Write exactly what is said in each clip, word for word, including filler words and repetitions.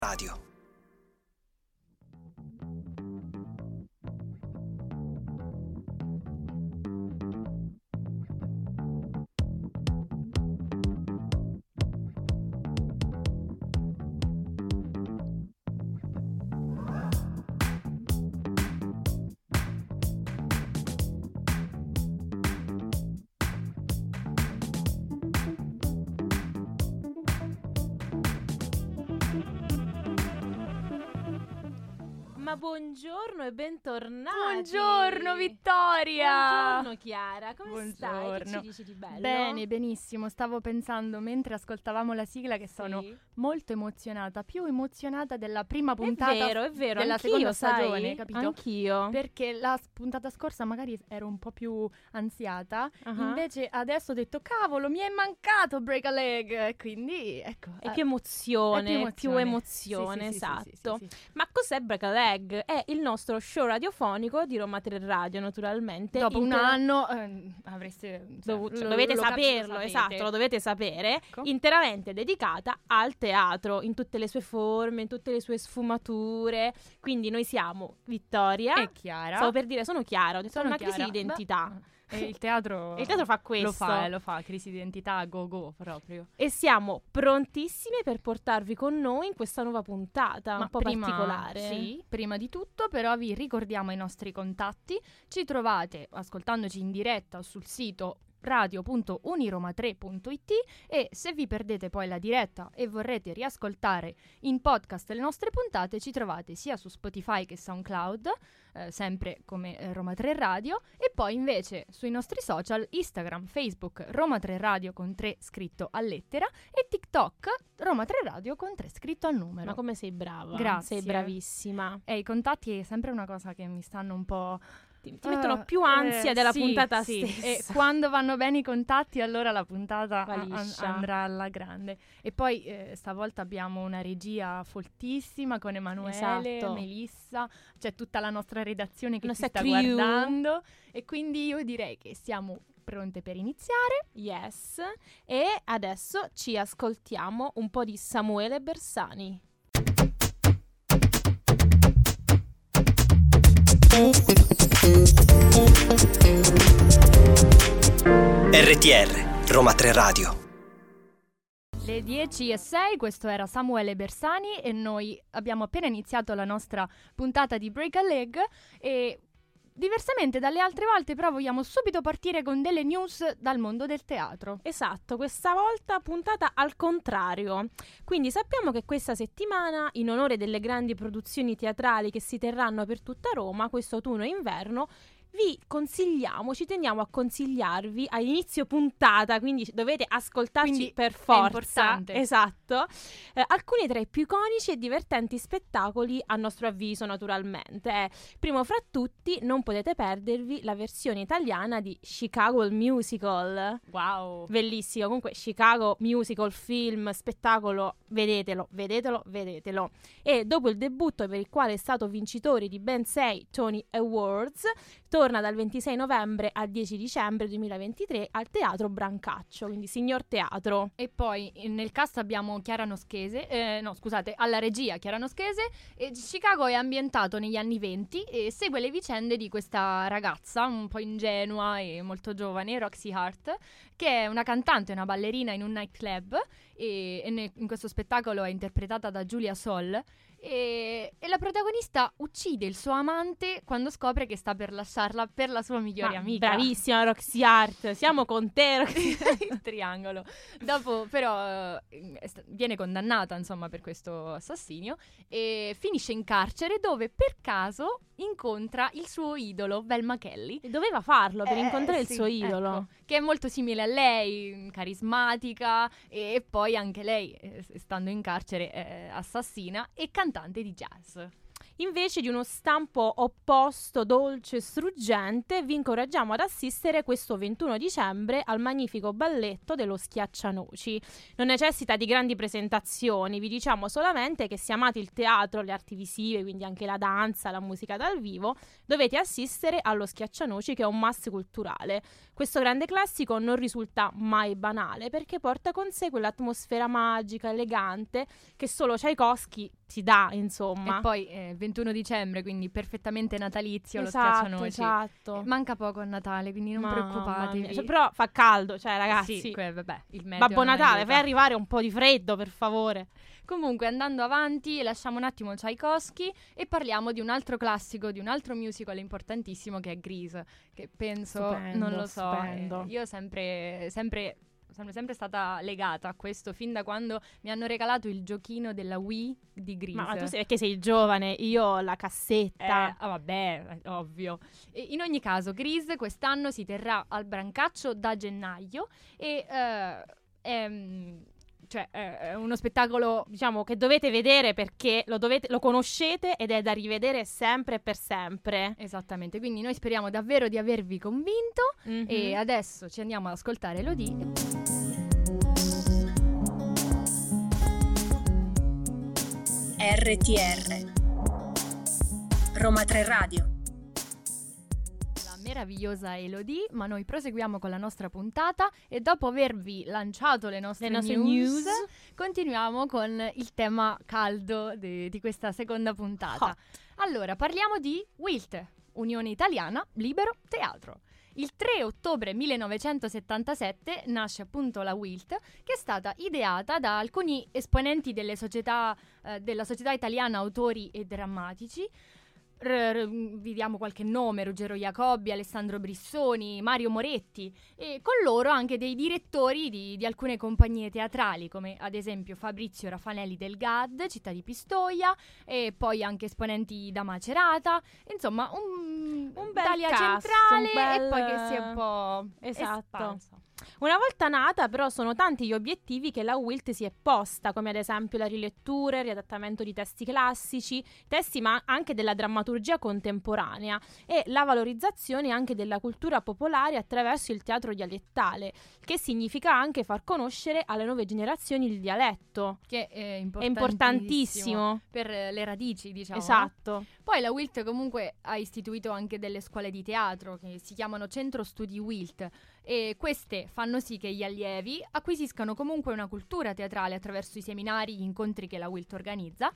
Radio. Ma buongiorno e bentornati. Buongiorno Vittoria. Buongiorno Chiara, come Buongiorno. stai? Che ci dici di bello? Bene, benissimo. Stavo pensando mentre ascoltavamo la sigla che sono Sì. molto emozionata, più emozionata della prima puntata È vero, è vero, della anch'io, seconda sai? stagione, capito? Anch'io. Perché la s- puntata scorsa magari ero un po' più ansiata, Uh-huh. invece adesso ho detto cavolo, mi è mancato Break a Leg, e quindi ecco. È eh, più emozione, è più emozione, Sì, sì, sì, esatto. sì, sì, sì. Ma cos'è Break a Leg? È il nostro show radiofonico di Roma tre Radio, naturalmente. Dopo un Inter- anno eh, avreste cioè, Dovu- cioè, lo- dovete lo cap- saperlo, lo sapete. esatto, lo dovete sapere, Ecco. interamente dedicata al teatro, in tutte le sue forme, in tutte le sue sfumature. Quindi noi siamo Vittoria E Chiara. Stavo per dire, sono Chiara, ho detto Sono una crisi Chiara. di identità. Beh, e il teatro, E il teatro fa questo. Lo fa, eh, lo fa, crisi di identità, go go proprio. E siamo prontissime per portarvi con noi in questa nuova puntata, un po' prima, particolare. Sì, prima di tutto però vi ricordiamo i nostri contatti. Ci trovate ascoltandoci in diretta sul sito radio punto uniroma tre punto it e se vi perdete poi la diretta e vorrete riascoltare in podcast le nostre puntate ci trovate sia su Spotify che SoundCloud, eh, sempre come eh, Roma tre Radio, e poi invece sui nostri social Instagram, Facebook Roma tre Radio con tre scritto a lettera e TikTok Roma tre Radio con tre scritto al numero. Ma come sei brava? Grazie. Sei bravissima. E i contatti è sempre una cosa che mi stanno un po'... Ti, ti mettono eh, più ansia eh, della sì, puntata sì. stessa. E quando vanno bene i contatti allora la puntata Va a- an- liscia. andrà alla grande. E poi eh, stavolta abbiamo una regia foltissima con Emanuele, Esatto. Melissa, c'è tutta la nostra redazione che La ci nostra sta crew. guardando e quindi io direi che siamo pronte per iniziare. Yes. E adesso ci ascoltiamo un po' di Samuele Bersani. R T R, Roma tre Radio. Le dieci e sei, questo era Samuele Bersani e noi abbiamo appena iniziato la nostra puntata di Break a Leg e diversamente dalle altre volte però vogliamo subito partire con delle news dal mondo del teatro. Esatto, questa volta puntata al contrario. Quindi sappiamo che questa settimana, in onore delle grandi produzioni teatrali che si terranno per tutta Roma, questo autunno e inverno, vi consigliamo, ci teniamo a consigliarvi a inizio puntata, quindi dovete ascoltarci Quindi per è forza. importante. Esatto. Eh, alcuni tra i più iconici e divertenti spettacoli, a nostro avviso, naturalmente. Eh, primo fra tutti, non potete perdervi la versione italiana di Chicago il Musical. Wow! Bellissimo, comunque Chicago Musical, film, spettacolo, vedetelo, vedetelo, vedetelo. E dopo il debutto per il quale è stato vincitore di ben sei Tony Awards, torna dal ventisei novembre al dieci dicembre duemilaventitré al Teatro Brancaccio, quindi signor teatro. E poi eh, nel cast abbiamo Chiara Noschese, eh, no scusate, alla regia Chiara Noschese, e Chicago è ambientato negli anni venti e segue le vicende di questa ragazza un po' ingenua e molto giovane, Roxy Hart, che è una cantante e una ballerina in un nightclub e, e ne- in questo spettacolo è interpretata da Giulia Sol. E, e la protagonista uccide il suo amante quando scopre che sta per lasciarla per la sua migliore Ma amica. bravissima Roxy Hart, siamo con te Roxy. Il triangolo. Dopo però eh, è sta- viene condannata insomma per questo assassinio e finisce in carcere dove per caso incontra il suo idolo Velma Kelly. E doveva farlo per Eh, incontrare il sì, suo idolo. ecco, che è molto simile a lei, carismatica e poi anche lei, eh, stando in carcere, è assassina e cantante di jazz. Invece di uno stampo opposto, dolce e struggente, vi incoraggiamo ad assistere questo ventuno dicembre al magnifico balletto dello Schiaccianoci. Non necessita di grandi presentazioni, vi diciamo solamente che se amate il teatro, le arti visive, quindi anche la danza, la musica dal vivo, dovete assistere allo Schiaccianoci, che è un must culturale. Questo grande classico non risulta mai banale perché porta con sé quell'atmosfera magica, elegante che solo Tchaikovsky si dà, insomma. E poi eh, ventuno dicembre, quindi perfettamente natalizio, Esatto, lo Schiaccianoci. esatto. Manca poco a Natale, quindi non Mamma preoccupatevi. mia. Cioè, però fa caldo, cioè ragazzi. Sì, que- vabbè, il meteo Babbo non Natale, aiuta. fai arrivare un po' di freddo, per favore. Comunque, andando avanti, lasciamo un attimo Tchaikovsky e parliamo di un altro classico, di un altro musical importantissimo che è Grease, che penso, Stupendo, non lo so, stupendo. eh, io sempre, sempre, sono sempre stata legata a questo fin da quando mi hanno regalato il giochino della Wii di Grease. Ma, ma tu sei, perché sei giovane, io ho la cassetta. Eh, ah, vabbè, eh, ovvio. E in ogni caso, Grease quest'anno si terrà al Brancaccio da gennaio e eh, ehm, cioè, eh, è uno spettacolo. Diciamo che dovete vedere perché lo, dovete, lo conoscete ed è da rivedere sempre e per sempre. Esattamente, quindi noi speriamo davvero di avervi convinto. Mhm. E adesso ci andiamo ad ascoltare Elodie. R T R Roma tre Radio. La meravigliosa Elodie, ma noi proseguiamo con la nostra puntata e dopo avervi lanciato le nostre, Le nostre news, news. continuiamo con il tema caldo di, di questa seconda puntata. Hot. Allora, parliamo di WILT, Unione Italiana Libero Teatro. Il tre ottobre millenovecentosettantasette nasce appunto la WILT, che è stata ideata da alcuni esponenti delle società, eh, della Società Italiana Autori e Drammatici. R- r- vi diamo qualche nome: Ruggero Jacobi, Alessandro Brissoni, Mario Moretti, e con loro anche dei direttori di, di alcune compagnie teatrali, come ad esempio Fabrizio Raffanelli del G A D, Città di Pistoia, e poi anche esponenti da Macerata, insomma un, Un bel Italia cast, centrale, un bel- e poi che si è un po' Esatto. espansa. Una volta nata, però, sono tanti gli obiettivi che la WILT si è posta, come ad esempio la rilettura, il riadattamento di testi classici, testi ma anche della drammaturgia contemporanea e la valorizzazione anche della cultura popolare attraverso il teatro dialettale, che significa anche far conoscere alle nuove generazioni il dialetto. Che è È importantissimo, importantissimo. per le radici, diciamo. no? Esatto. Poi la WILT comunque ha istituito anche delle scuole di teatro che si chiamano Centro Studi WILT, e queste fanno sì che gli allievi acquisiscano comunque una cultura teatrale attraverso i seminari, gli incontri che la WILT organizza.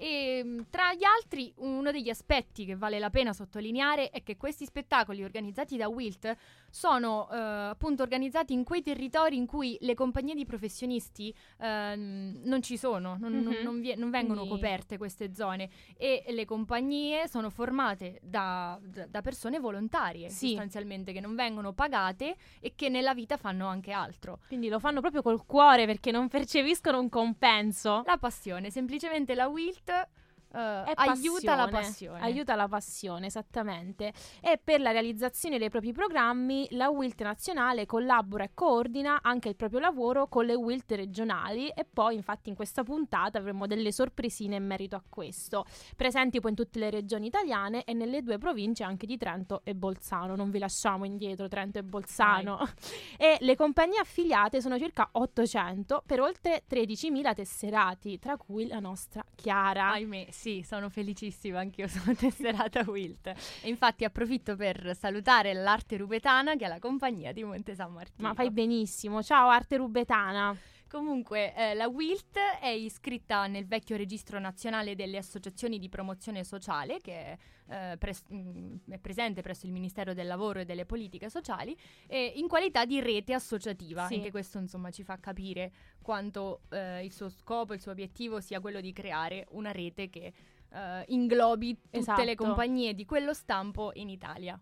E mh, tra gli altri, uno degli aspetti che vale la pena sottolineare è che questi spettacoli organizzati da WILT sono eh, appunto organizzati in quei territori in cui le compagnie di professionisti ehm, non ci sono, non, non- Mhm. non vie- non vengono Quindi- coperte queste zone, e le compagnie sono formate da, da- da persone volontarie, Sì. sostanzialmente, che non vengono pagate e che nella vita fanno anche altro. Quindi lo fanno proprio col cuore perché non percepiscono un compenso. La passione, semplicemente la WILT eh, È aiuta la passione, passione. Aiuta la passione, esattamente. E per la realizzazione dei propri programmi, la WILT nazionale collabora e coordina anche il proprio lavoro con le WILT regionali, e poi infatti in questa puntata avremo delle sorpresine in merito a questo. Presenti poi in tutte le regioni italiane e nelle due province anche di Trento e Bolzano. Non vi lasciamo indietro Trento e Bolzano. E le compagnie affiliate sono circa ottocento per oltre tredicimila tesserati, tra cui la nostra Chiara. Ahimè, sì, sono felicissima, anch'io sono tesserata WILT. E infatti approfitto per salutare l'Arte Rubetana, che è la compagnia di Monte San Martino. Ma fai benissimo. Ciao Arte Rubetana. Comunque, eh, la WILT è iscritta nel vecchio registro nazionale delle associazioni di promozione sociale, che è, eh, pres- mh, è presente presso il Ministero del Lavoro e delle Politiche Sociali, e in qualità di rete associativa. Sì. Anche questo, insomma, ci fa capire quanto eh, il suo scopo, il suo obiettivo sia quello di creare una rete che eh, inglobi tutte Esatto. le compagnie di quello stampo in Italia.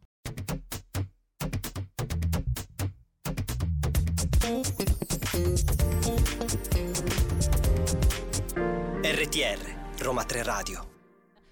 R T R Roma tre Radio.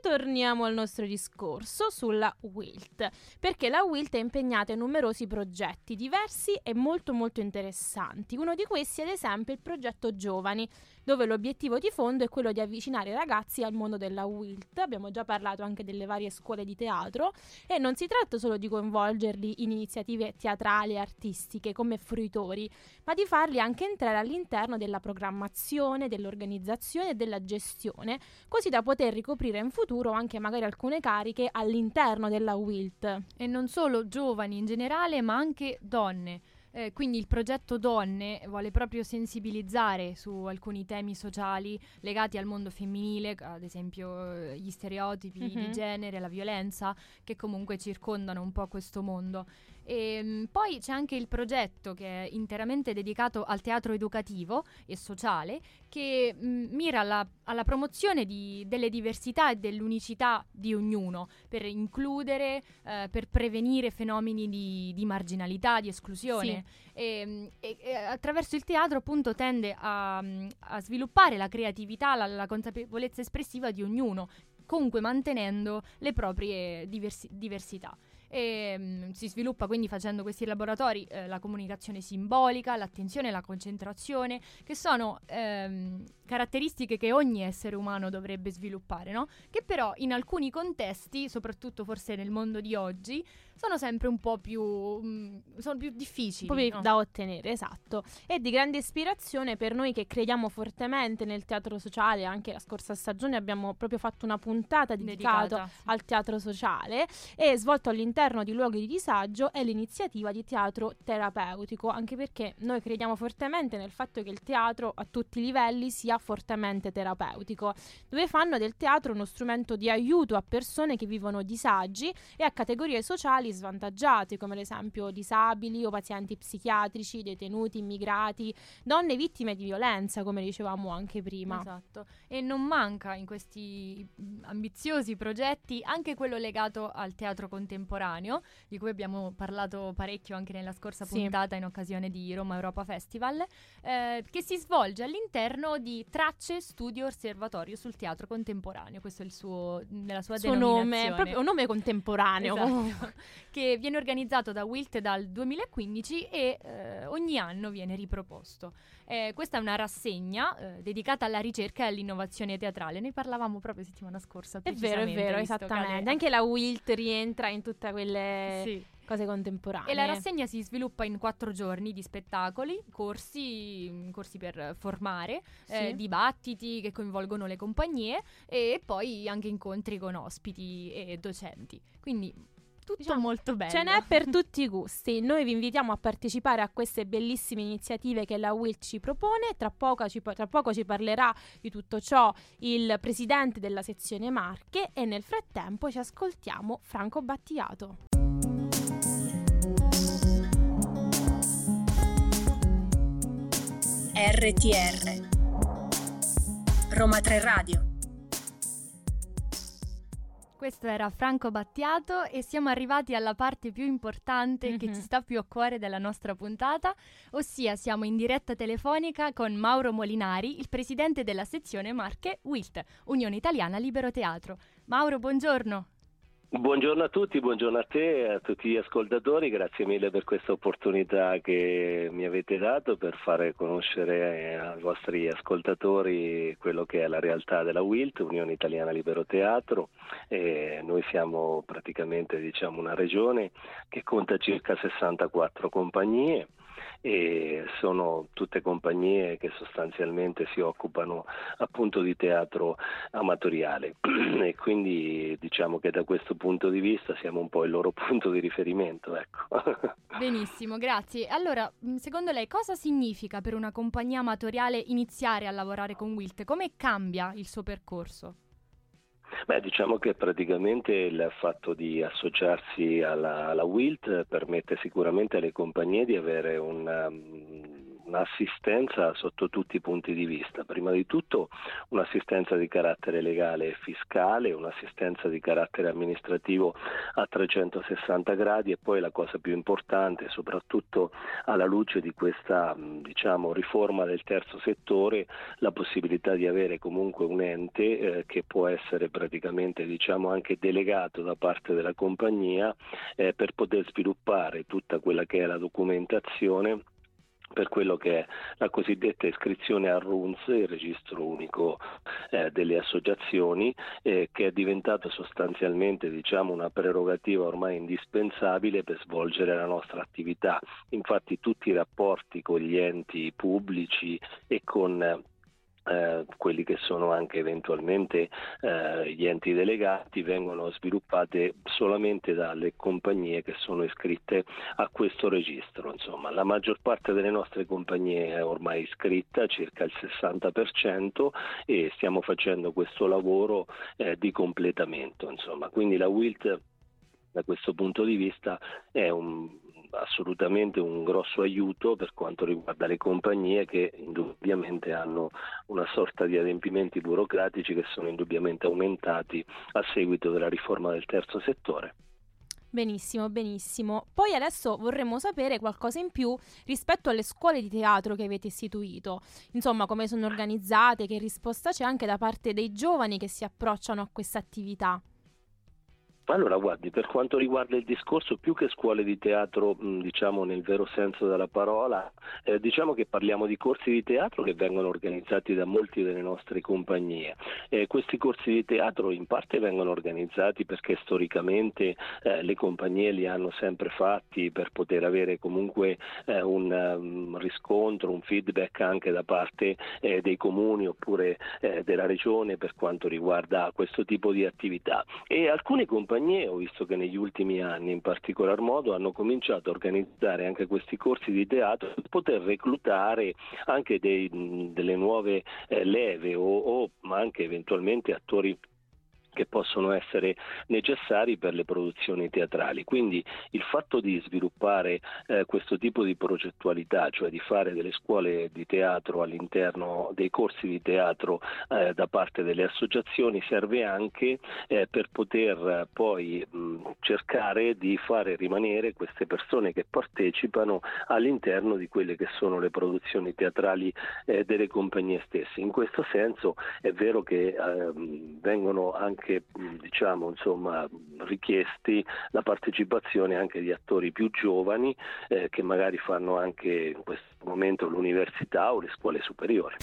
torniamo al nostro discorso sulla Wilt, perché la Wilt è impegnata in numerosi progetti diversi e molto molto interessanti. Uno di questi, ad esempio, è il progetto Giovani, dove l'obiettivo di fondo è quello di avvicinare i ragazzi al mondo della Wilt. Abbiamo già parlato anche delle varie scuole di teatro e non si tratta solo di coinvolgerli in iniziative teatrali e artistiche come fruitori, ma di farli anche entrare all'interno della programmazione, dell'organizzazione e della gestione, così da poter ricoprire in futuro anche magari alcune cariche all'interno della Wilt. E non solo giovani in generale, ma anche donne. Eh, quindi il progetto Donne vuole proprio sensibilizzare su alcuni temi sociali legati al mondo femminile, ad esempio eh, gli stereotipi Mhm. di genere, la violenza, che comunque circondano un po' questo mondo. E mh, poi c'è anche il progetto che è interamente dedicato al teatro educativo e sociale, che mh, mira alla, alla promozione di- delle diversità e dell'unicità di ognuno, per includere, eh, per prevenire fenomeni di, di marginalità, di esclusione. E, e- e attraverso il teatro appunto tende a, a sviluppare la creatività, la, la consapevolezza espressiva di ognuno, comunque mantenendo le proprie diversi- diversità. E, mm, si sviluppa quindi facendo questi laboratori eh, la comunicazione simbolica, l'attenzione e la concentrazione, che sono ehm, caratteristiche che ogni essere umano dovrebbe sviluppare, no? Che però in alcuni contesti, soprattutto forse nel mondo di oggi, sono sempre un po' più, mm, sono più difficili. Poi no? da ottenere, esatto. E di grande ispirazione per noi che crediamo fortemente nel teatro sociale. Anche la scorsa stagione abbiamo proprio fatto una puntata dedicata Dedicata, sì. al teatro sociale e svolto all'interno di luoghi di disagio è l'iniziativa di teatro terapeutico, anche perché noi crediamo fortemente nel fatto che il teatro a tutti i livelli sia fortemente terapeutico, dove fanno del teatro uno strumento di aiuto a persone che vivono disagi e a categorie sociali svantaggiate, come ad esempio disabili o pazienti psichiatrici, detenuti, immigrati, donne vittime di violenza, come dicevamo anche prima. Esatto. E non manca in questi mh, ambiziosi progetti anche quello legato al teatro contemporaneo, di cui abbiamo parlato parecchio anche nella scorsa Sì. puntata in occasione di Roma Europa Festival, eh, che si svolge all'interno di Tracce Studio Osservatorio sul teatro contemporaneo. Questo è il suo, nella sua Il suo nome, denominazione. proprio un nome contemporaneo. Esatto. comunque. Che viene organizzato da Wilt dal duemilaquindici e eh, ogni anno viene riproposto. Eh, questa è una rassegna eh, dedicata alla ricerca e all'innovazione teatrale. Ne parlavamo proprio settimana scorsa. È vero, è precisamente, vero, visto che esattamente. Ale- Anche la Wilt rientra in tutte quelle Sì. cose contemporanee. E la rassegna si sviluppa in quattro giorni di spettacoli, corsi, mh, corsi per formare, eh, Sì. dibattiti che coinvolgono le compagnie e poi anche incontri con ospiti e docenti. Quindi tutto Diciamo, molto bello. Ce n'è per tutti i gusti. Noi vi invitiamo a partecipare a queste bellissime iniziative che la Wilt ci propone. Tra poco ci, tra poco ci parlerà di tutto ciò il presidente della sezione Marche e nel frattempo ci ascoltiamo Franco Battiato. R T R Roma tre Radio. Questo era Franco Battiato e siamo arrivati alla parte più importante che Mhm. ci sta più a cuore della nostra puntata, ossia siamo in diretta telefonica con Mauro Molinari, il presidente della sezione Marche Wilt, Unione Italiana Libero Teatro. Mauro, buongiorno. Buongiorno a tutti, buongiorno a te e a tutti gli ascoltatori, grazie mille per questa opportunità che mi avete dato per fare conoscere ai vostri ascoltatori quello che è la realtà della Wilt, Unione Italiana Libero Teatro. E noi siamo praticamente diciamo una regione che conta circa sessantaquattro compagnie e sono tutte compagnie che sostanzialmente si occupano appunto di teatro amatoriale e quindi diciamo che da questo punto di vista siamo un po' il loro punto di riferimento, ecco. Benissimo, grazie. Allora, mh, secondo lei cosa significa per una compagnia amatoriale iniziare a lavorare con Wilt? Come cambia il suo percorso? Beh, diciamo che praticamente il fatto di associarsi alla, alla Wilt permette sicuramente alle compagnie di avere un, um, un'assistenza sotto tutti i punti di vista. Prima di tutto un'assistenza di carattere legale e fiscale, un'assistenza di carattere amministrativo a trecentosessanta gradi e poi la cosa più importante, soprattutto alla luce di questa diciamo riforma del terzo settore, la possibilità di avere comunque un ente eh, che può essere praticamente diciamo anche delegato da parte della compagnia eh, per poter sviluppare tutta quella che è la documentazione per quello che è la cosiddetta iscrizione al R U N S, il registro unico eh, delle associazioni, eh, che è diventato sostanzialmente diciamo una prerogativa ormai indispensabile per svolgere la nostra attività. Infatti tutti i rapporti con gli enti pubblici e con eh, Eh, quelli che sono anche eventualmente eh, gli enti delegati vengono sviluppate solamente dalle compagnie che sono iscritte a questo registro. Insomma, la maggior parte delle nostre compagnie è ormai iscritta, circa il sessanta per cento, e stiamo facendo questo lavoro eh, di completamento. Insomma, quindi la W I L T da questo punto di vista è un assolutamente un grosso aiuto per quanto riguarda le compagnie che indubbiamente hanno una sorta di adempimenti burocratici che sono indubbiamente aumentati a seguito della riforma del terzo settore. Benissimo, benissimo. Poi adesso vorremmo sapere qualcosa in più rispetto alle scuole di teatro che avete istituito. Insomma, come sono organizzate, che risposta c'è anche da parte dei giovani che si approcciano a questa attività? Allora, guardi, per quanto riguarda il discorso, più che scuole di teatro, mh, diciamo nel vero senso della parola, eh, diciamo che parliamo di corsi di teatro che vengono organizzati da molti delle nostre compagnie. Eh, questi corsi di teatro in parte vengono organizzati perché storicamente eh, le compagnie li hanno sempre fatti per poter avere comunque eh, un um, riscontro, un feedback anche da parte eh, dei comuni oppure eh, della regione per quanto riguarda questo tipo di attività. E alcune compagnie, ho visto che negli ultimi anni in particolar modo hanno cominciato a organizzare anche questi corsi di teatro per poter reclutare anche dei, delle nuove eh, leve o, o ma anche eventualmente attori che possono essere necessari per le produzioni teatrali. Quindi il fatto di sviluppare eh, questo tipo di progettualità, cioè di fare delle scuole di teatro all'interno dei corsi di teatro eh, da parte delle associazioni, serve anche eh, per poter eh, poi mh, cercare di fare rimanere queste persone che partecipano all'interno di quelle che sono le produzioni teatrali eh, delle compagnie stesse. In questo senso è vero che eh, vengono anche che diciamo insomma richiesti la partecipazione anche di attori più giovani eh, che magari fanno anche in questo momento l'università o le scuole superiori.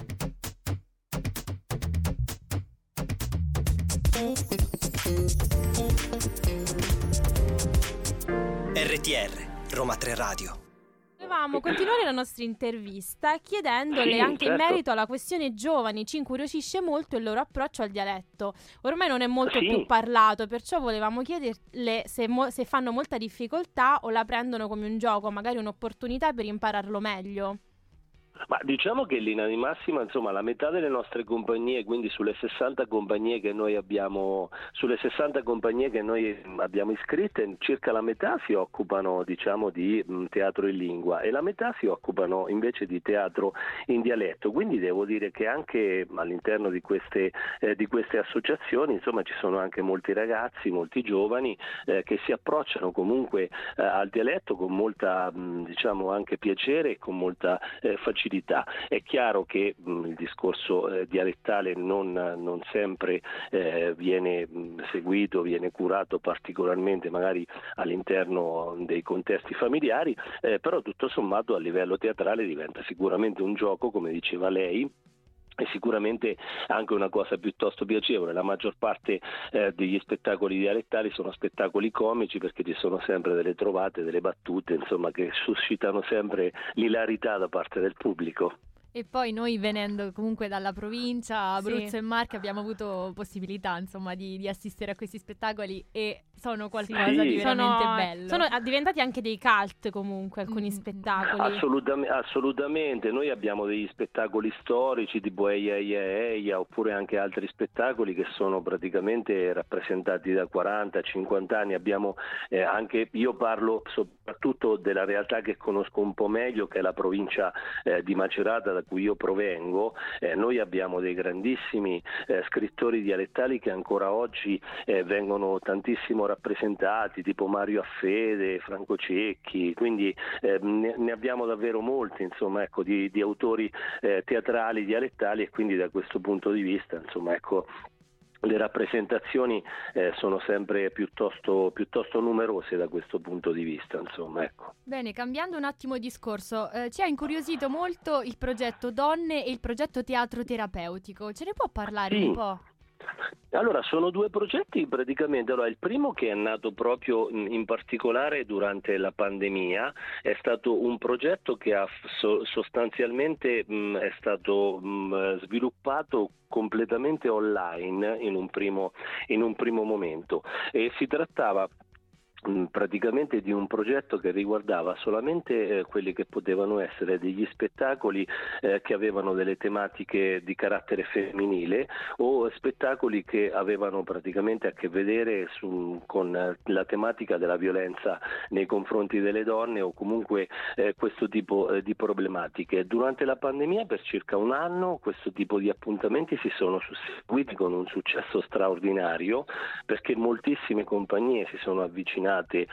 R T R Roma tre Radio. Volevamo continuare la nostra intervista chiedendole sì, anche certo. in merito alla questione giovani. Ci incuriosisce molto il loro approccio al dialetto. Ormai non è molto sì. più parlato, perciò volevamo chiederle se, mo- se fanno molta difficoltà o la prendono come un gioco, magari un'opportunità per impararlo meglio. Ma diciamo che in linea di massima, insomma, la metà delle nostre compagnie, quindi sulle sessanta compagnie che noi abbiamo, sulle sessanta compagnie che noi abbiamo iscritte, circa la metà si occupano, diciamo, di mh, teatro in lingua e la metà si occupano invece di teatro in dialetto. Quindi devo dire che anche all'interno di queste, eh, di queste associazioni, insomma, ci sono anche molti ragazzi, molti giovani eh, che si approcciano comunque eh, al dialetto con molta, mh, diciamo, anche piacere e con molta eh, facilità. È chiaro che mh, il discorso eh, dialettale non, non sempre eh, viene mh, seguito, viene curato particolarmente magari all'interno dei contesti familiari, eh, però tutto sommato a livello teatrale diventa sicuramente un gioco, come diceva lei, è sicuramente anche una cosa piuttosto piacevole. La maggior parte eh, degli spettacoli dialettali sono spettacoli comici perché ci sono sempre delle trovate, delle battute, insomma, che suscitano sempre l'ilarità da parte del pubblico. E poi noi, venendo comunque dalla provincia, Abruzzo Sì. e Marche, abbiamo avuto possibilità, insomma, di, di assistere a questi spettacoli e sono qualcosa Sì. di veramente sono, bello. sono diventati anche dei cult comunque alcuni Mm, spettacoli. Assolutam- assolutamente, noi abbiamo degli spettacoli storici tipo Eia Eia Eia oppure anche altri spettacoli che sono praticamente rappresentati da quaranta cinquanta anni. Abbiamo eh, anche, io parlo soprattutto della realtà che conosco un po' meglio, che è la provincia eh, di Macerata, da cui io provengo. Eh, noi abbiamo dei grandissimi eh, scrittori dialettali che ancora oggi eh, vengono tantissimo rappresentati, tipo Mario Affede, Franco Cecchi, quindi eh, ne, ne abbiamo davvero molti, insomma, ecco, di, di autori eh, teatrali dialettali, e quindi da questo punto di vista, insomma, ecco, le rappresentazioni eh, sono sempre piuttosto, piuttosto numerose da questo punto di vista, insomma, ecco. Bene, cambiando un attimo discorso, eh, ci ha incuriosito molto il progetto Donne e il progetto Teatro Terapeutico. Ce ne può parlare Sì. un po'? Allora, sono due progetti praticamente. Allora, il primo, che è nato proprio in particolare durante la pandemia, è stato un progetto che ha so- sostanzialmente mh, è stato mh, sviluppato completamente online in un primo, in un primo momento, e si trattava praticamente di un progetto che riguardava solamente eh, quelli che potevano essere degli spettacoli eh, che avevano delle tematiche di carattere femminile, o spettacoli che avevano praticamente a che vedere su, con eh, la tematica della violenza nei confronti delle donne, o comunque eh, questo tipo eh, di problematiche. Durante la pandemia, per circa un anno, questo tipo di appuntamenti si sono susseguiti con un successo straordinario, perché moltissime compagnie si sono avvicinate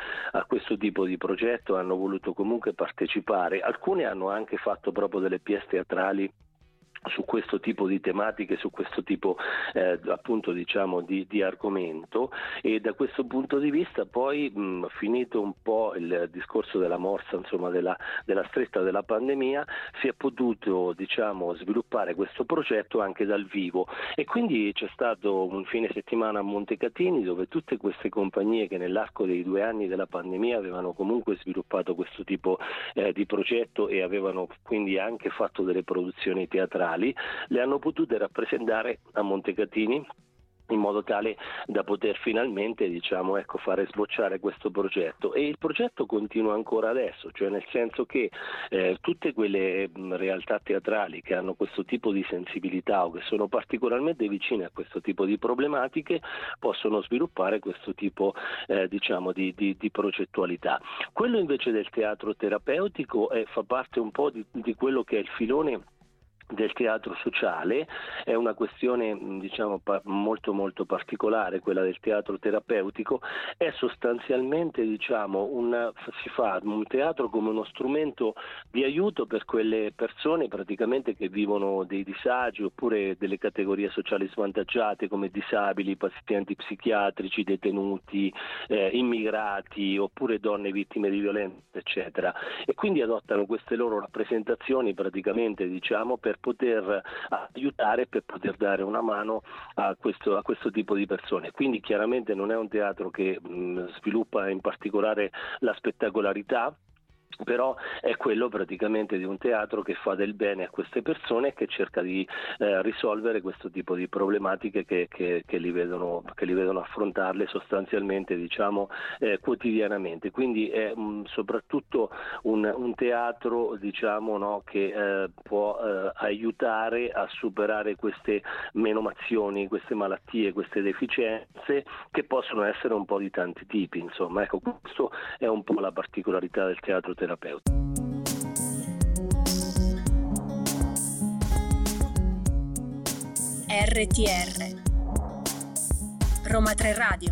a questo tipo di progetto, hanno voluto comunque partecipare. Alcune hanno anche fatto proprio delle pièce teatrali su questo tipo di tematiche, su questo tipo eh, appunto diciamo di, di argomento, e da questo punto di vista poi mh, finito un po' il discorso della morsa, insomma della, della stretta della pandemia, si è potuto diciamo sviluppare questo progetto anche dal vivo, e quindi c'è stato un fine settimana a Montecatini dove tutte queste compagnie che nell'arco dei due anni della pandemia avevano comunque sviluppato questo tipo eh, di progetto e avevano quindi anche fatto delle produzioni teatrali, le hanno potute rappresentare a Montecatini, in modo tale da poter finalmente diciamo ecco fare sbocciare questo progetto. E il progetto continua ancora adesso, cioè nel senso che eh, tutte quelle mh, realtà teatrali che hanno questo tipo di sensibilità o che sono particolarmente vicine a questo tipo di problematiche possono sviluppare questo tipo eh, diciamo di, di, di progettualità. Quello invece del teatro terapeutico eh, fa parte un po' di, di quello che è il filone del teatro sociale. È una questione diciamo pa- molto molto particolare quella del teatro terapeutico. È sostanzialmente diciamo un, si fa un teatro come uno strumento di aiuto per quelle persone praticamente che vivono dei disagi, oppure delle categorie sociali svantaggiate come disabili, pazienti psichiatrici, detenuti, eh, immigrati, oppure donne vittime di violenza, eccetera, e quindi adottano queste loro rappresentazioni praticamente diciamo per poter aiutare, per poter dare una mano a questo, a questo tipo di persone. Quindi chiaramente non è un teatro che mh, sviluppa in particolare la spettacolarità, però è quello praticamente di un teatro che fa del bene a queste persone e che cerca di eh, risolvere questo tipo di problematiche che, che, che, li vedono, che li vedono affrontarle sostanzialmente diciamo eh, quotidianamente. Quindi è mh, soprattutto un, un teatro diciamo no, che eh, può eh, aiutare a superare queste menomazioni, queste malattie, queste deficienze che possono essere un po' di tanti tipi, insomma. Ecco, questo è un po' la particolarità del teatro terapeutico. R T R Roma tre Radio.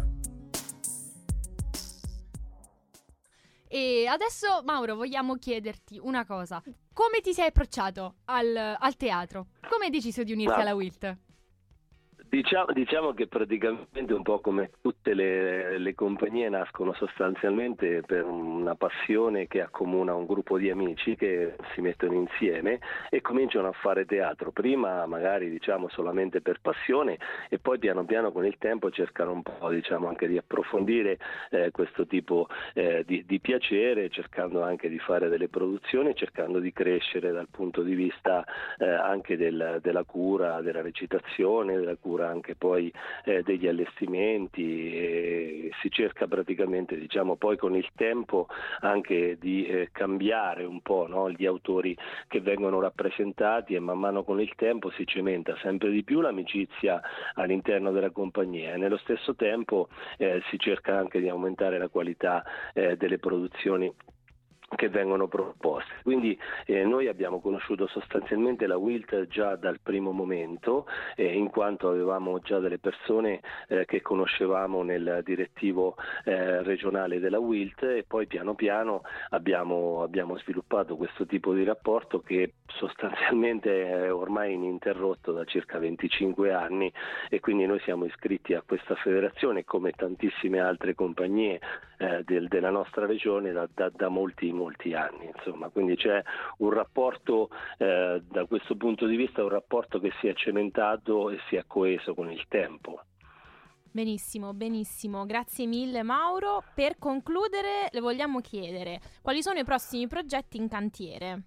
E adesso, Mauro, vogliamo chiederti una cosa. Come ti sei approcciato al, al teatro? Come hai deciso di unirti Ma- alla Wilt? Diciamo, diciamo che praticamente un po' come tutte le, le compagnie nascono sostanzialmente per una passione che accomuna un gruppo di amici che si mettono insieme e cominciano a fare teatro, prima magari diciamo solamente per passione e poi piano piano con il tempo cercano un po' diciamo anche di approfondire eh, questo tipo eh, di, di piacere, cercando anche di fare delle produzioni, cercando di crescere dal punto di vista eh, anche del, della cura, della recitazione, della cura anche poi eh, degli allestimenti, e si cerca praticamente diciamo poi con il tempo anche di eh, cambiare un po', no, gli autori che vengono rappresentati, e man mano con il tempo si cementa sempre di più l'amicizia all'interno della compagnia e nello stesso tempo eh, si cerca anche di aumentare la qualità eh, delle produzioni che vengono proposte. Quindi eh, noi abbiamo conosciuto sostanzialmente la Wilt già dal primo momento, eh, in quanto avevamo già delle persone eh, che conoscevamo nel direttivo eh, regionale della Wilt, e poi piano piano abbiamo, abbiamo sviluppato questo tipo di rapporto che sostanzialmente è ormai ininterrotto da circa venticinque anni, e quindi noi siamo iscritti a questa federazione come tantissime altre compagnie eh, del, della nostra regione da, da, da molti molti anni, insomma, quindi c'è un rapporto eh, da questo punto di vista, un rapporto che si è cementato e si è coeso con il tempo. Benissimo, benissimo, grazie mille Mauro. Per concludere le vogliamo chiedere quali sono i prossimi progetti in cantiere?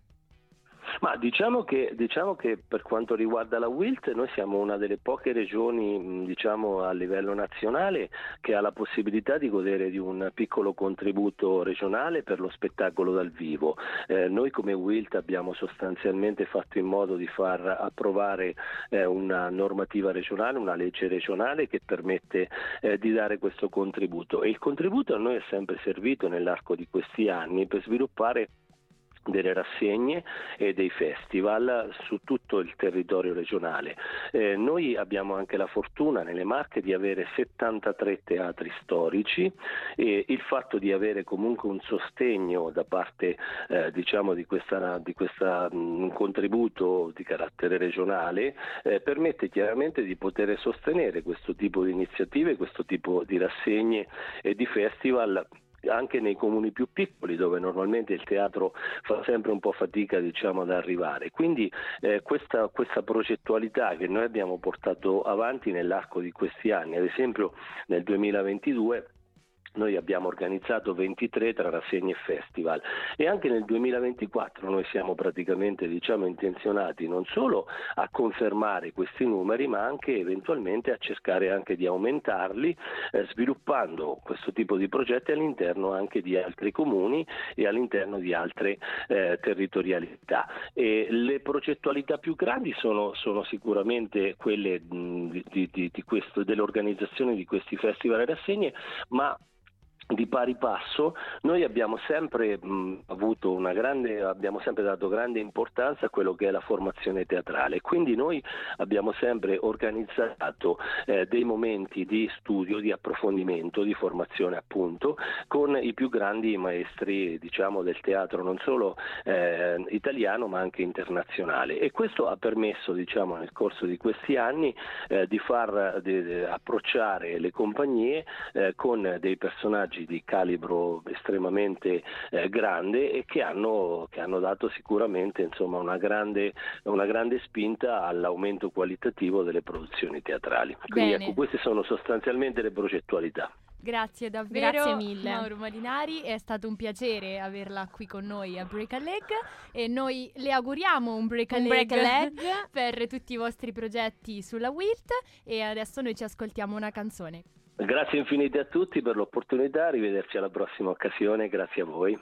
Ma diciamo che, diciamo che per quanto riguarda la Wilt noi siamo una delle poche regioni diciamo a livello nazionale che ha la possibilità di godere di un piccolo contributo regionale per lo spettacolo dal vivo. Eh, noi come Wilt abbiamo sostanzialmente fatto in modo di far approvare eh, una normativa regionale, una legge regionale che permette eh, di dare questo contributo, e il contributo a noi è sempre servito nell'arco di questi anni per sviluppare delle rassegne e dei festival su tutto il territorio regionale. Eh, noi abbiamo anche la fortuna nelle Marche di avere settantatré teatri storici, e il fatto di avere comunque un sostegno da parte eh, diciamo di questa, di questa mh, un contributo di carattere regionale eh, permette chiaramente di poter sostenere questo tipo di iniziative, questo tipo di rassegne e di festival anche nei comuni più piccoli, dove normalmente il teatro fa sempre un po' fatica diciamo ad arrivare. Quindi eh, questa, questa progettualità che noi abbiamo portato avanti nell'arco di questi anni, ad esempio nel duemilaventidue noi abbiamo organizzato ventitré tra rassegne e festival, e anche nel duemilaventiquattro noi siamo praticamente diciamo intenzionati non solo a confermare questi numeri, ma anche eventualmente a cercare anche di aumentarli eh, sviluppando questo tipo di progetti all'interno anche di altri comuni e all'interno di altre eh, territorialità. E le progettualità più grandi sono, sono sicuramente quelle mh, di, di, di questo, dell'organizzazione di questi festival e rassegne, ma di pari passo noi abbiamo sempre mh, avuto una grande, abbiamo sempre dato grande importanza a quello che è la formazione teatrale, quindi noi abbiamo sempre organizzato eh, dei momenti di studio, di approfondimento, di formazione appunto con i più grandi maestri diciamo del teatro non solo eh, italiano ma anche internazionale, e questo ha permesso diciamo nel corso di questi anni eh, di far di, di approcciare le compagnie eh, con dei personaggi di calibro estremamente eh, grande e che hanno, che hanno dato sicuramente insomma una grande, una grande spinta all'aumento qualitativo delle produzioni teatrali. Quindi Bene. ecco, queste sono sostanzialmente le progettualità. Grazie davvero, Grazie mille. Mauro Marinari, è stato un piacere averla qui con noi a Break a Leg, e noi le auguriamo un break a Un leg, break a leg. per tutti i vostri progetti sulla Wilt, e adesso noi ci ascoltiamo una canzone. Grazie infinite a tutti per l'opportunità, arrivederci alla prossima occasione, grazie a voi.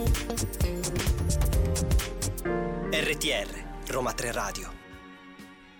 R T R Roma tre Radio.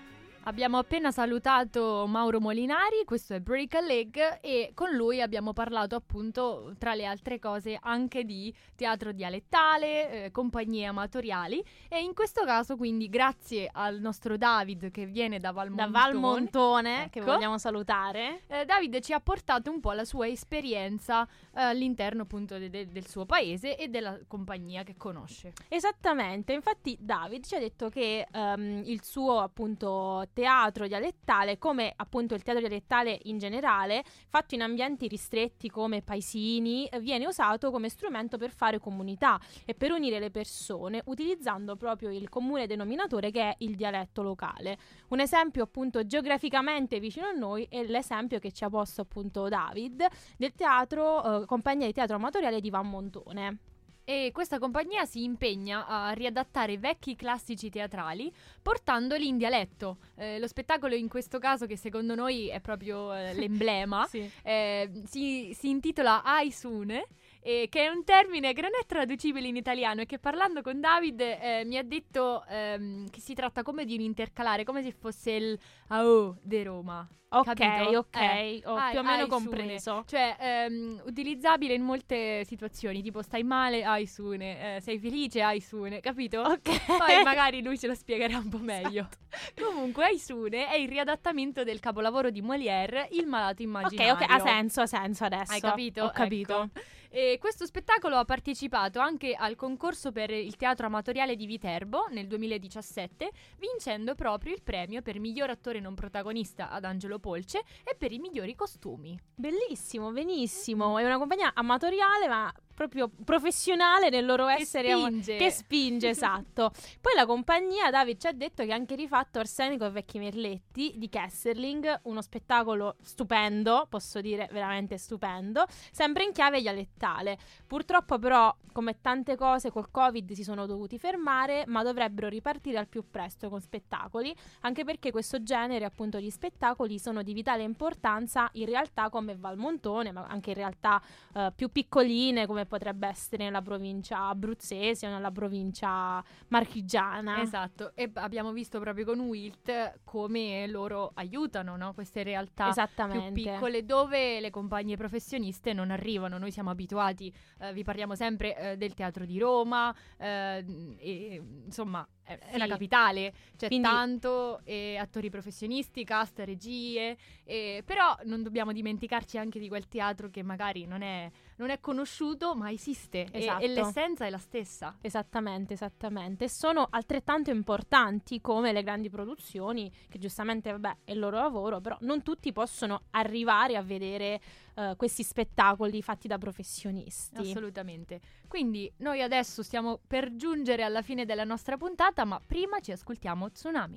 Abbiamo appena salutato Mauro Molinari, questo è Break a Leg, e con lui abbiamo parlato appunto, tra le altre cose, anche di teatro dialettale, eh, compagnie amatoriali, e in questo caso quindi grazie al nostro David che viene da Valmontone, Da Valmontone, ecco, che vogliamo salutare. eh, David ci ha portato un po' la sua esperienza eh, all'interno appunto de- de- del suo paese e della compagnia che conosce. Esattamente, infatti David ci ha detto che ehm, il suo appunto teatro dialettale, come appunto il teatro dialettale in generale, fatto in ambienti ristretti come paesini, eh, viene usato come strumento per fare comunità e per unire le persone, utilizzando proprio il comune denominatore che è il dialetto locale. Un esempio appunto geograficamente vicino a noi è l'esempio che ci ha posto appunto David del teatro, eh, compagnia di teatro amatoriale di Valmontone. E questa compagnia si impegna a riadattare vecchi classici teatrali portandoli in dialetto. Eh, lo spettacolo in questo caso, che secondo noi è proprio eh, l'emblema, Sì. eh, si, si intitola Aisune, eh, che è un termine che non è traducibile in italiano e che parlando con David eh, mi ha detto ehm, che si tratta come di un intercalare, come se fosse il AO di Roma. Ok, Capito? ok, Eh, ho ai- più o meno Aisune. compreso. Cioè, ehm, utilizzabile in molte situazioni, tipo stai male, Aisune, eh, sei felice, Aisune, capito? Ok. Poi magari lui ce lo spiegherà un po' meglio. Comunque Aisune è il riadattamento del capolavoro di Molière, Il malato Ok, immaginario. ok, ha senso, ha senso adesso. Hai capito? Ho capito. Ecco. E questo spettacolo ha partecipato anche al concorso per il teatro amatoriale di Viterbo nel duemiladiciassette, vincendo proprio il premio per miglior attore non protagonista ad Angelo Polce e per i migliori costumi. Bellissimo, benissimo. È una compagnia amatoriale, ma proprio professionale nel loro Che essere ama- spinge. che spinge, esatto. Poi la compagnia, David ci ha detto che ha anche rifatto Arsenico e Vecchi Merletti di Kesserling, uno spettacolo stupendo, posso dire veramente stupendo, sempre in chiave dialettale. Purtroppo però, come tante cose col Covid si sono dovuti fermare, ma dovrebbero ripartire al più presto con spettacoli, anche perché questo genere appunto di spettacoli sono di vitale importanza in realtà come Valmontone, ma anche in realtà eh, più piccoline come potrebbe essere nella provincia abruzzese o nella provincia marchigiana. Esatto, e b- abbiamo visto proprio con Wilt come loro aiutano, no? Queste realtà più Esattamente. piccole dove le compagnie professioniste non arrivano. Noi siamo abituati, eh, vi parliamo sempre eh, del teatro di Roma, eh, e, insomma è, è la Sì. capitale, c'è Quindi- tanto, e attori professionisti, cast, regie, e, però non dobbiamo dimenticarci anche di quel teatro che magari non è, non è conosciuto ma esiste, e- Esatto. e l'essenza è la stessa. Esattamente, esattamente. Sono altrettanto importanti come le grandi produzioni, che giustamente, vabbè, è il loro lavoro, però non tutti possono arrivare a vedere eh, questi spettacoli fatti da professionisti. Assolutamente. Quindi noi adesso stiamo per giungere alla fine della nostra puntata, ma prima ci ascoltiamo Tsunami.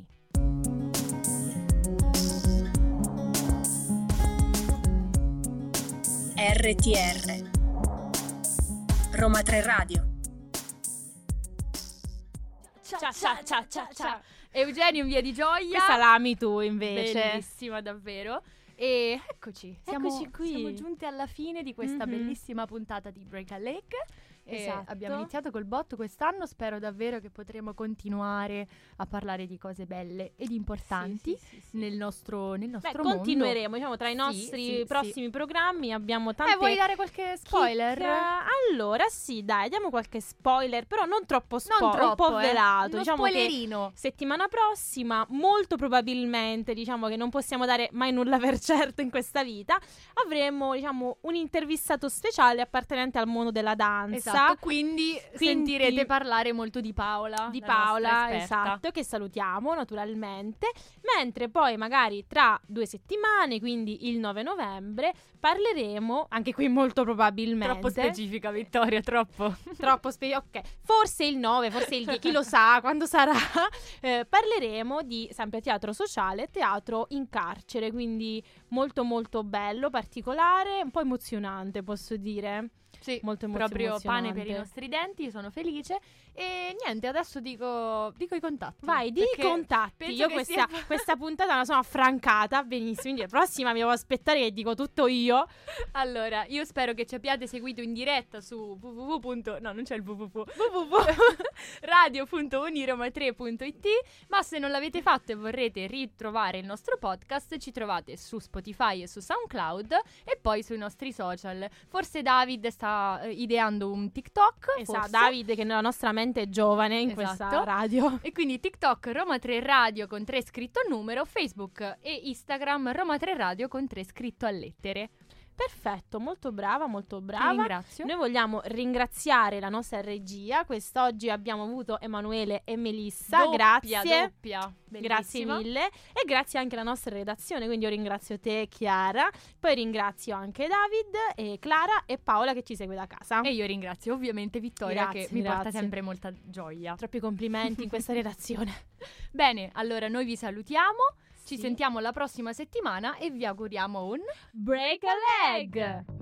R T R Roma tre Radio. Cia, cia, cia, cia, cia. Eugenio in via di Gioia. Questa la ami tu invece. Bellissima davvero. E eccoci, siamo, Eccoci qui. siamo giunti alla fine di questa Mhm. bellissima puntata di Break a Leg. E Esatto. abbiamo iniziato col botto quest'anno, spero davvero che potremo continuare a parlare di cose belle ed importanti Sì, sì, sì, sì. nel nostro, nel Beh, nostro mondo. continueremo, diciamo, tra i Sì, nostri sì, prossimi sì. programmi abbiamo tante Eh, vuoi dare qualche spoiler? chicca. Allora, sì, dai, diamo qualche spoiler, però non troppo spoiler, Non troppo, un po' eh. velato. Uno Diciamo che spoilerino. settimana prossima, molto probabilmente, diciamo che non possiamo dare mai nulla per certo in questa vita, avremo, diciamo, un intervistato speciale appartenente al mondo della danza. Esatto, quindi, Quindi- sentirete parlare molto di Paola. Di la nostra Paola, esperta. esatto, che salutiamo naturalmente, mentre poi magari tra due settimane, quindi il nove novembre, parleremo, anche qui molto probabilmente, Troppo specifica, Vittoria, troppo. troppo spe- ok, forse il nove, forse il dieci, chi lo sa quando sarà, eh, parleremo di sempre teatro sociale, teatro in carcere, quindi molto molto bello, particolare, un po' emozionante posso dire. Sì, molto, molto proprio pane per i emozionante. nostri denti, io sono felice. E niente, adesso dico, dico i contatti. Vai, di perché contatti. penso Io che questa, sia- questa puntata la sono affrancata benissimo. Quindi la prossima mi devo aspettare che dico tutto io. Allora, io spero che ci abbiate seguito in diretta su www. No, non c'è il www. radio punto uniroma tre punto it. Ma se non l'avete fatto e vorrete ritrovare il nostro podcast, ci trovate su Spotify e su SoundCloud e poi sui nostri social. Forse David sta eh, ideando un TikTok. Esatto, forse. Davide che nella nostra mente è giovane in Esatto. questa radio. E quindi TikTok Roma tre Radio con tre scritto al numero, Facebook e Instagram Roma tre Radio con tre scritto a lettere. Perfetto, molto brava, molto Ti brava. ringrazio. Noi vogliamo ringraziare la nostra regia. Quest'oggi abbiamo avuto Emanuele e Melissa. Doppia, grazie. doppia. Grazie Bellissima. mille. E grazie anche alla nostra redazione. Quindi io ringrazio te, Chiara. Poi ringrazio anche David e Clara e Paola che ci segue da casa. E io ringrazio ovviamente Vittoria Grazie, che mi porta grazie. sempre molta gioia. Troppi complimenti in questa redazione. Bene, allora noi vi salutiamo, ci Sì. sentiamo la prossima settimana e vi auguriamo un Break a leg!